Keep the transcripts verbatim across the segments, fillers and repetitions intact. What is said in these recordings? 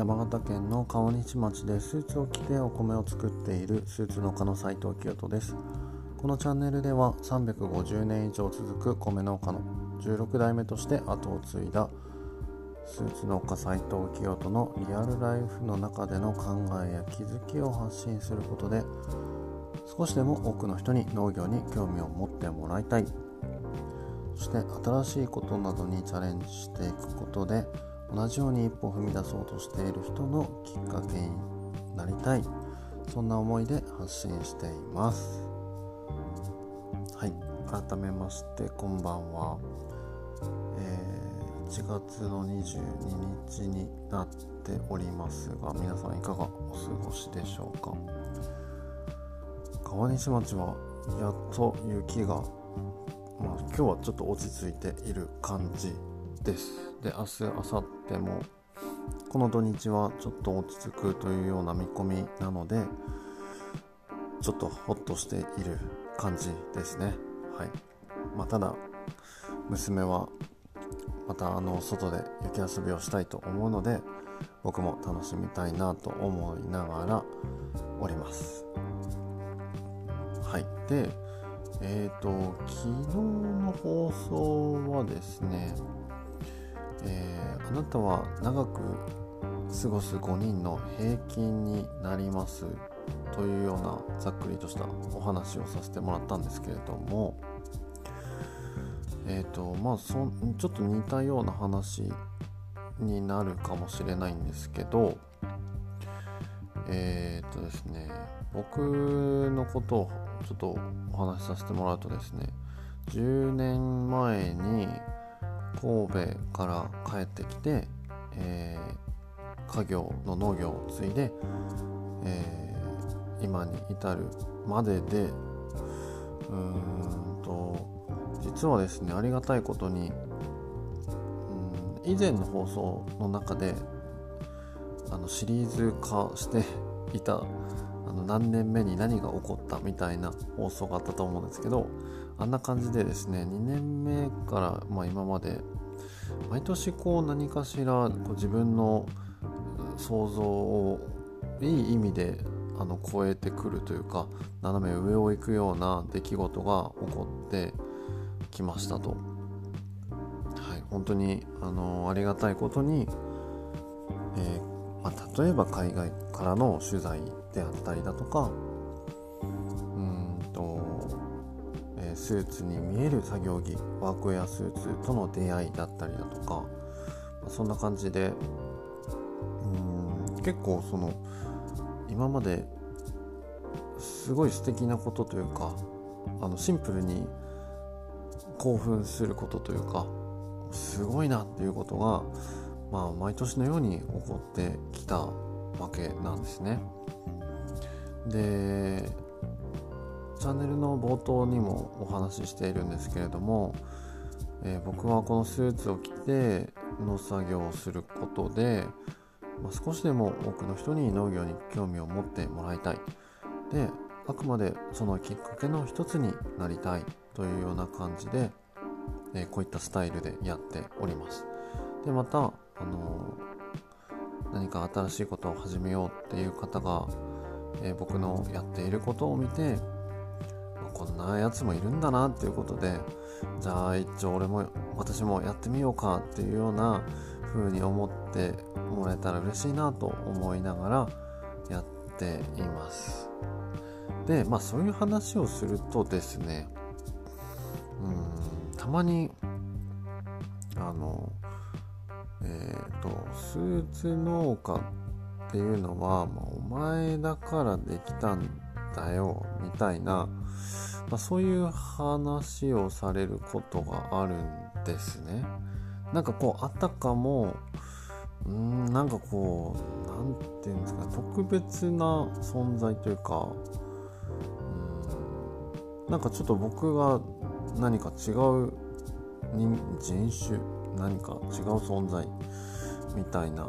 山形県の川西町でスーツを着てお米を作っているスーツ農家の斉藤清人です。このチャンネルではさんびゃくごじゅうねん以上続く米農家のじゅうろくだいめとして後を継いだスーツ農家斉藤清人のリアルライフの中での考えや気づきを発信することで、少しでも多くの人に農業に興味を持ってもらいたい、そして新しいことなどにチャレンジしていくことで同じように一歩踏み出そうとしている人のきっかけになりたい、そんな思いで発信しています。はい、改めましてこんばんは。えー、いちがつのにじゅうににちになっておりますが、皆さんいかがお過ごしでしょうか。川西町はやっと雪が、まあ、今日はちょっと落ち着いている感じです。で、明日、明後日もこの土日はちょっと落ち着くというような見込みなので、ちょっとホッとしている感じですね。はい。まあ、ただ娘はまたあの外で雪遊びをしたいと思うので、僕も楽しみたいなと思いながらおります。はい。で、えーと昨日の放送はですね、えー、あなたは長く過ごすごにんの平均になりますというようなざっくりとしたお話をさせてもらったんですけれども、えーとまあそちょっと似たような話になるかもしれないんですけど、えーとですね僕のことをちょっとお話しさせてもらうとですね、じゅうねんまえに神戸から帰ってきて、えー、家業の農業を継いで、えー、今に至るまでで、うーんと実はですね、ありがたいことに、うん、以前の放送の中であのシリーズ化していたあの何年目に何が起こったみたいな放送があったと思うんですけど、あんな感じでですね、にねんめから、まあ、今まで毎年こう何かしらこう自分の想像をいい意味であの超えてくるというか、斜め上を行くような出来事が起こってきましたと。はい、本当にあのありがたいことに、えーまあ、例えば海外からの取材であったりだとか、うーんと、えー、スーツに見える作業着、ワークウェアスーツとの出会いだったりだとか、まあ、そんな感じで、うーん結構その今まですごい素敵なことというか、あのシンプルに興奮することというか、すごいなっていうことが、まあ、毎年のように起こってきたわけなんですね。で、チャンネルの冒頭にもお話ししているんですけれども、えー、僕はこのスーツを着て農作業をすることで、まあ、少しでも多くの人に農業に興味を持ってもらいたい。で、あくまでそのきっかけの一つになりたいというような感じで、えー、こういったスタイルでやっております。で、また、あのー、何か新しいことを始めようっていう方が、えー、僕のやっていることを見て、まあ、こんなやつもいるんだなっていうことで、じゃあ一応俺も私もやってみようかっていうような風に思ってもらえたら嬉しいなと思いながらやっています。で、まあそういう話をするとですね、うーんたまにあのえーとスーツ農家っていうのは、まあ、お前だからできたんだよみたいな、まあ、そういう話をされることがあるんですね。なんかこうあたかもうーんなんかこうなんていうんですか、特別な存在というか、うーんなんかちょっと僕が何か違う人種何か違う存在みたいな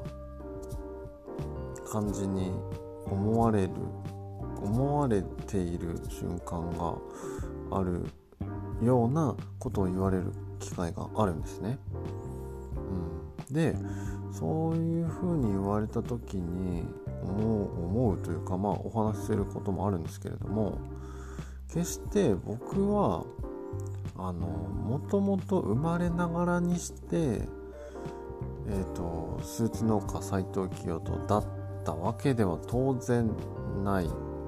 感じに思われる思われている瞬間があるようなことを言われる機会があるんですね。うん、で、 そういうふうに言われた時に思う、思うというか、まあお話しすることもあるんですけれども、決して僕はあのもともと生まれながらにしてえーと、スーツ農家斉藤清人だったわけでは当然ない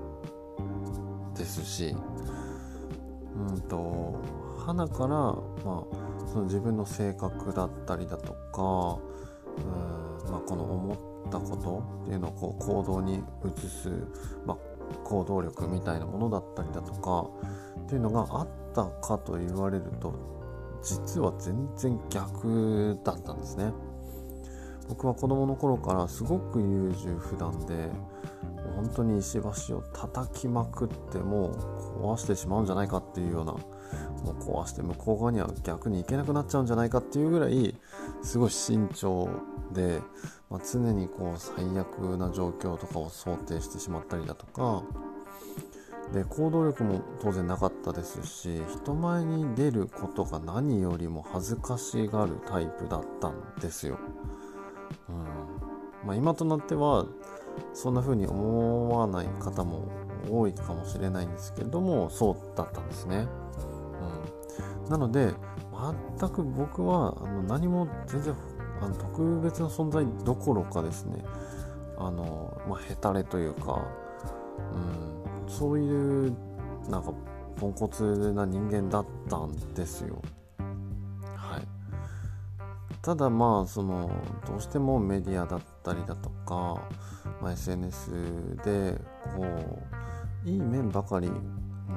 ですし、うんと花から、まあ、その自分の性格だったりだとか、うん、まあ、この思ったことっていうのをこう行動に移す、まあ、行動力みたいなものだったりだとかっていうのがあったかと言われると、実は全然逆だったんですね。僕は子供の頃からすごく優柔不断で、本当に石橋を叩きまくってもう壊してしまうんじゃないかっていうような、もう壊して向こう側には逆に行けなくなっちゃうんじゃないかっていうぐらいすごい慎重で、まあ、常にこう最悪な状況とかを想定してしまったりだとかで、行動力も当然なかったですし、人前に出ることが何よりも恥ずかしがるタイプだったんですよ。うんまあ、今となってはそんな風に思わない方も多いかもしれないんですけれども、そうだったんですね。うん、なので全く僕はあの何も全然あの特別な存在どころかですね、あの、まあ、ヘタレというか、うん、そういうなんかポンコツな人間だったんですよ。ただまあそのどうしてもメディアだったりだとか、まあ、エスエヌエス でこういい面ばかり、うん、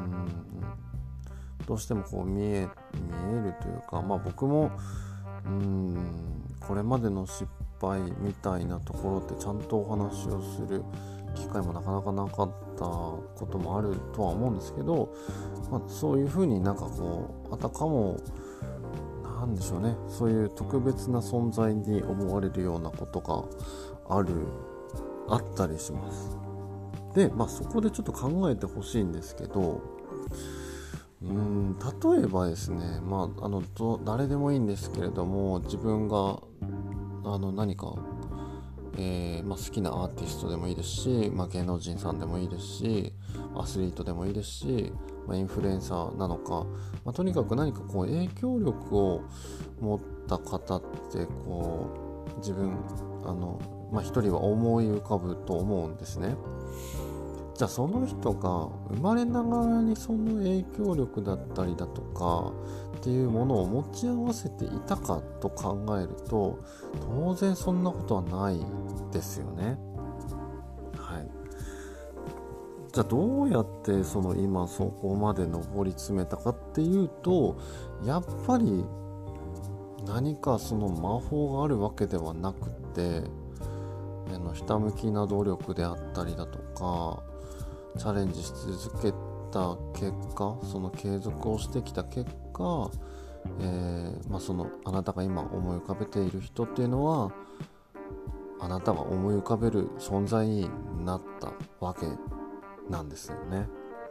どうしてもこう見え見えるというか、まあ僕もうんこれまでの失敗みたいなところってちゃんとお話をする機会もなかなかなかったこともあるとは思うんですけど、まあ、そういうふうになんかこうあたかもなんでしょうね、そういう特別な存在に思われるようなことがあるあったりします。で、まあそこでちょっと考えてほしいんですけど、うーん例えばですね、まああのど誰でもいいんですけれども、自分があの何か、えーまあ、好きなアーティストでもいいですし、まあ、芸能人さんでもいいですし、アスリートでもいいですし、まあ、インフルエンサーなのか、まあ、とにかく何かこう影響力を持った方ってこう自分あの、まあ、一人は思い浮かぶと思うんですね。じゃあその人が生まれながらにその影響力だったりだとかっていうものを持ち合わせていたかと考えると、当然そんなことはないですよね。はい。じゃあどうやってその今そこまで上り詰めたかっていうと、やっぱり何かその魔法があるわけではなくて、あのひたむきな努力であったりだとか、チャレンジし続けた結果、その継続をしてきた結果、えーまあ、そのあなたが今思い浮かべている人っていうのは、あなたが思い浮かべる存在になったわけなんですよね。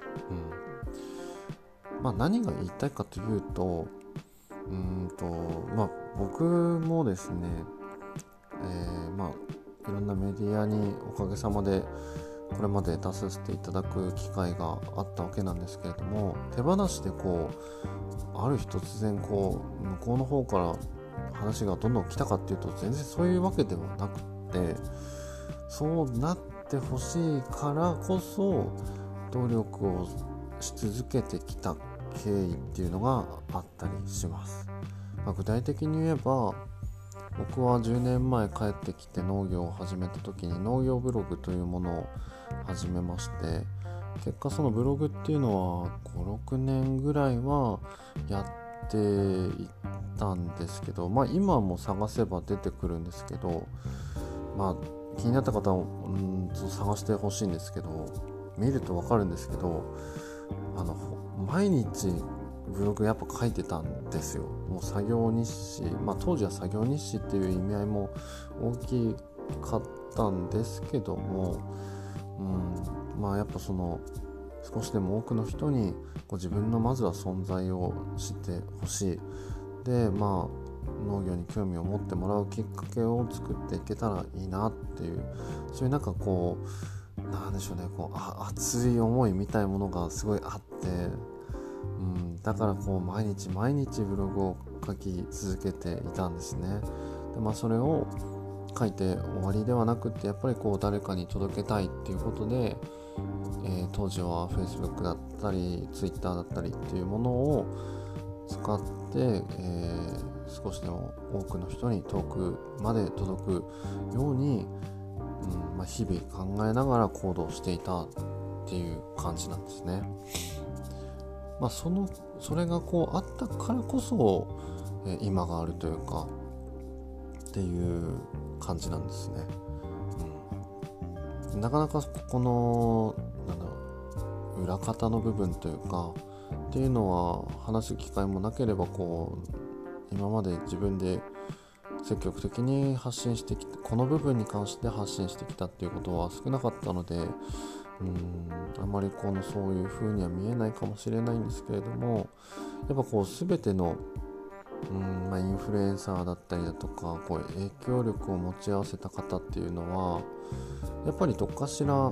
うんまあ、何が言いたいかというと、うーんとまあ僕もですね、えー、まあいろんなメディアにおかげさまでこれまで出させていただく機会があったわけなんですけれども、手放してこうある日突然こう向こうの方から話がどんどん来たかっていうと、全然そういうわけではなくて、そうなってほしいからこそ努力をし続けてきた経緯っていうのがあったりします。まあ、具体的に言えば、僕はじゅうねんまえ帰ってきて農業を始めた時に農業ブログというものを始めまして、結果そのブログっていうのはごろくねんぐらいはやっていったんですけど、まあ今も探せば出てくるんですけど、まあ気になった方はうんと探してほしいんですけど、見ると分かるんですけど、あの毎日ブログやっぱ書いてたんですよ。もう作業日誌、まあ当時は作業日誌っていう意味合いも大きかったんですけども、うん、まあやっぱその少しでも多くの人にこう自分のまずは存在を知ってほしい。でま農業に興味を持ってもらうきっかけを作っていけたらいいなっていう、そういうなんかこうなんでしょうね、こうあ熱い思いみたいなものがすごいあって、うん、だからこう毎日毎日ブログを書き続けていたんですね。で、まあ、それを書いて終わりではなくって、やっぱりこう誰かに届けたいっていうことで、えー、当時は Facebook だったり Twitter だったりっていうものを使って、えー、少しでも多くの人に遠くまで届くように、うんまあ、日々考えながら行動していたっていう感じなんですね。まあ、そのそれがこうあったからこそ、えー、今があるというかっていう感じなんですね。うん、なかなかこのなんだろう裏方の部分というかっていうのは話す機会もなければ、こう今まで自分で積極的に発信してきて、この部分に関して発信してきたっていうことは少なかったので、うーんあまりこのそういう風には見えないかもしれないんですけれども、やっぱこう全てのうん、まあ、インフルエンサーだったりだとか、こう影響力を持ち合わせた方っていうのはやっぱりどっかしら、うん、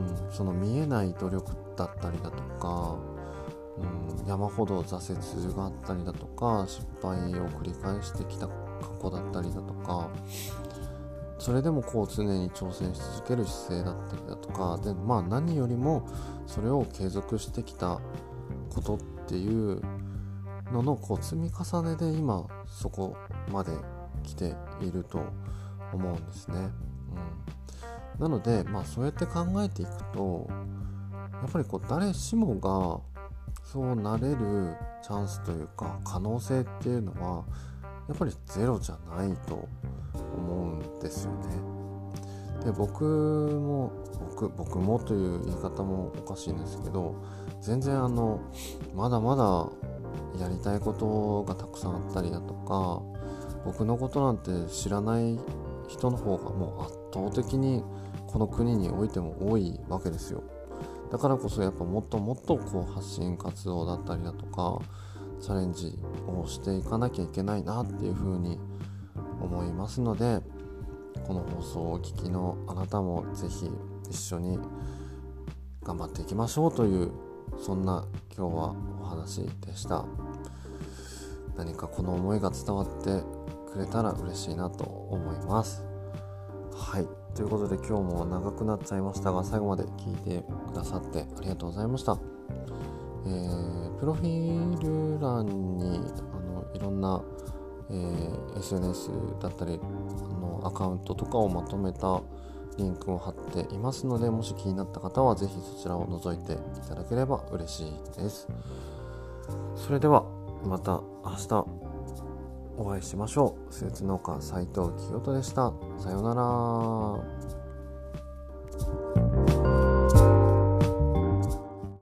その見えない努力だったりだとか、うん、山ほど挫折があったりだとか、失敗を繰り返してきた過去だったりだとか、それでもこう常に挑戦し続ける姿勢だったりだとかで、まあ何よりもそれを継続してきたことっていうののこう積み重ねで今そこまで来ていると思うんですね。うん、なので、まあ、そうやって考えていくと、やっぱりこう誰しもがそうなれるチャンスというか可能性っていうのはやっぱりゼロじゃないと思うんですよね。で、僕も僕僕もという言い方もおかしいんですけど、全然あのまだまだやりたいことがたくさんあったりだとか、僕のことなんて知らない人の方がもう圧倒的にこの国においても多いわけですよ。だからこそやっぱもっともっとこう発信活動だったりだとかチャレンジをしていかなきゃいけないなっていうふうに思いますので、この放送をお聞きのあなたもぜひ一緒に頑張っていきましょうという、そんな今日はお話でした。何かこの思いが伝わってくれたら嬉しいなと思います。はい、ということで今日も長くなっちゃいましたが、最後まで聞いてくださってありがとうございました。えー、プロフィール欄にあのいろんな、えー、エスエヌエス だったりあのアカウントとかをまとめたリンクを貼っていますので、もし気になった方はぜひそちらを覗いていただければ嬉しいです。それではまた明日お会いしましょう。スーツ農家斉藤清人でした。さようなら。